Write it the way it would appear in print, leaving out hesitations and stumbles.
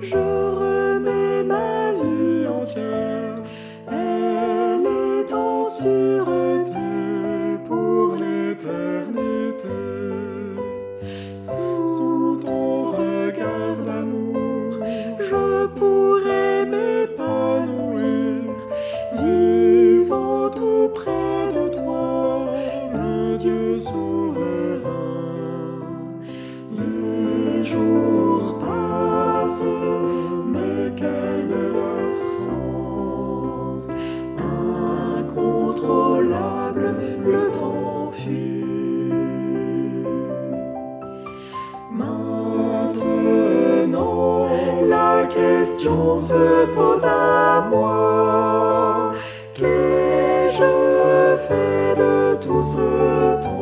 je remets ma vie entière. Elle est en sûreté pour l'éternité. Sous ton regard d'amour, je pourrai m'épanouir, vivant tout près de toi, le Dieu souverain. Les jours passent, mais quel est leur sens? Incontrôlable, le temps fuit. Maintenant, la question se pose à moi. Qu'ai-je fait de tout ce temps?